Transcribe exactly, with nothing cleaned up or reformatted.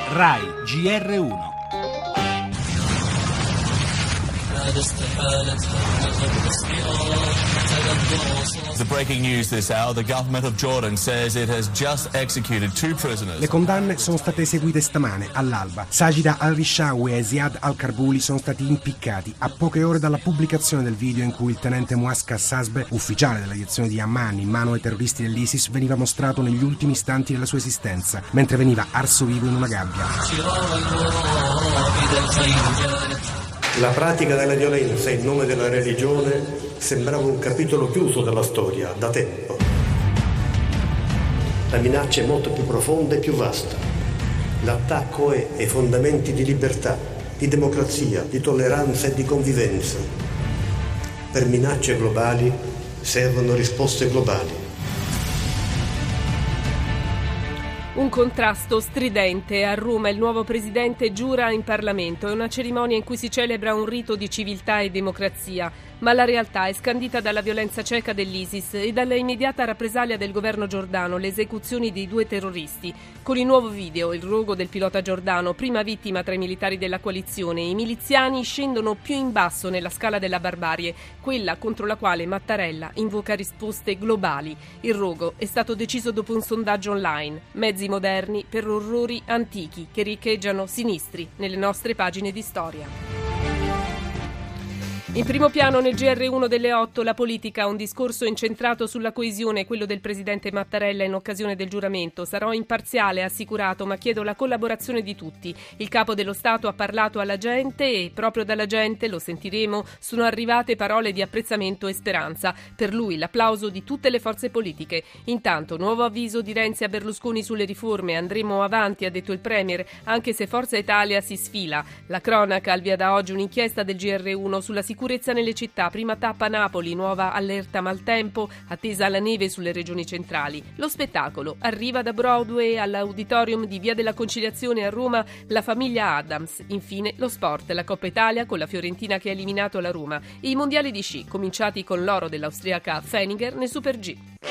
Rai G R uno. The breaking news this hour, the government of Jordan says it has just executed two prisoners. Le condanne sono state eseguite stamane all'alba. Sajida al-Rishawi e Ziad al-Karbuli sono stati impiccati a poche ore dalla pubblicazione del video in cui il tenente Muasca Sasbe, ufficiale della direzione di Amman in mano ai terroristi dell'ISIS, veniva mostrato negli ultimi istanti della sua esistenza, mentre veniva arso vivo in una gabbia. La pratica della violenza in nome della religione sembrava un capitolo chiuso della storia, da tempo. La minaccia è molto più profonda e più vasta. L'attacco è ai fondamenti di libertà, di democrazia, di tolleranza e di convivenza. Per minacce globali servono risposte globali. Un contrasto stridente. A Roma il nuovo presidente giura in Parlamento. È una cerimonia in cui si celebra un rito di civiltà e democrazia, ma la realtà è scandita dalla violenza cieca dell'ISIS e dalla immediata rappresaglia del governo giordano, le esecuzioni dei due terroristi. Con il nuovo video, il rogo del pilota giordano, prima vittima tra i militari della coalizione, i miliziani scendono più in basso nella scala della barbarie, quella contro la quale Mattarella invoca risposte globali. Il rogo è stato deciso dopo un sondaggio online. Mezzi moderni per orrori antichi che riecheggiano sinistri nelle nostre pagine di storia. In primo piano nel G R uno delle otto la politica, un discorso incentrato sulla coesione, quello del presidente Mattarella in occasione del giuramento. Sarò imparziale, ha assicurato, ma chiedo la collaborazione di tutti. Il capo dello Stato ha parlato alla gente e proprio dalla gente, lo sentiremo, sono arrivate parole di apprezzamento e speranza. Per lui l'applauso di tutte le forze politiche. Intanto nuovo avviso di Renzi a Berlusconi sulle riforme. Andremo avanti, ha detto il Premier, anche se Forza Italia si sfila. La cronaca, al via da oggi un'inchiesta del G R uno sulla sicurezza Sicurezza nelle città, prima tappa Napoli, nuova allerta maltempo, attesa la neve sulle regioni centrali. Lo spettacolo arriva da Broadway all'Auditorium di Via della Conciliazione a Roma, la famiglia Adams. Infine lo sport, la Coppa Italia con la Fiorentina che ha eliminato la Roma. E i mondiali di sci, cominciati con l'oro dell'austriaca Feniger nel Super G.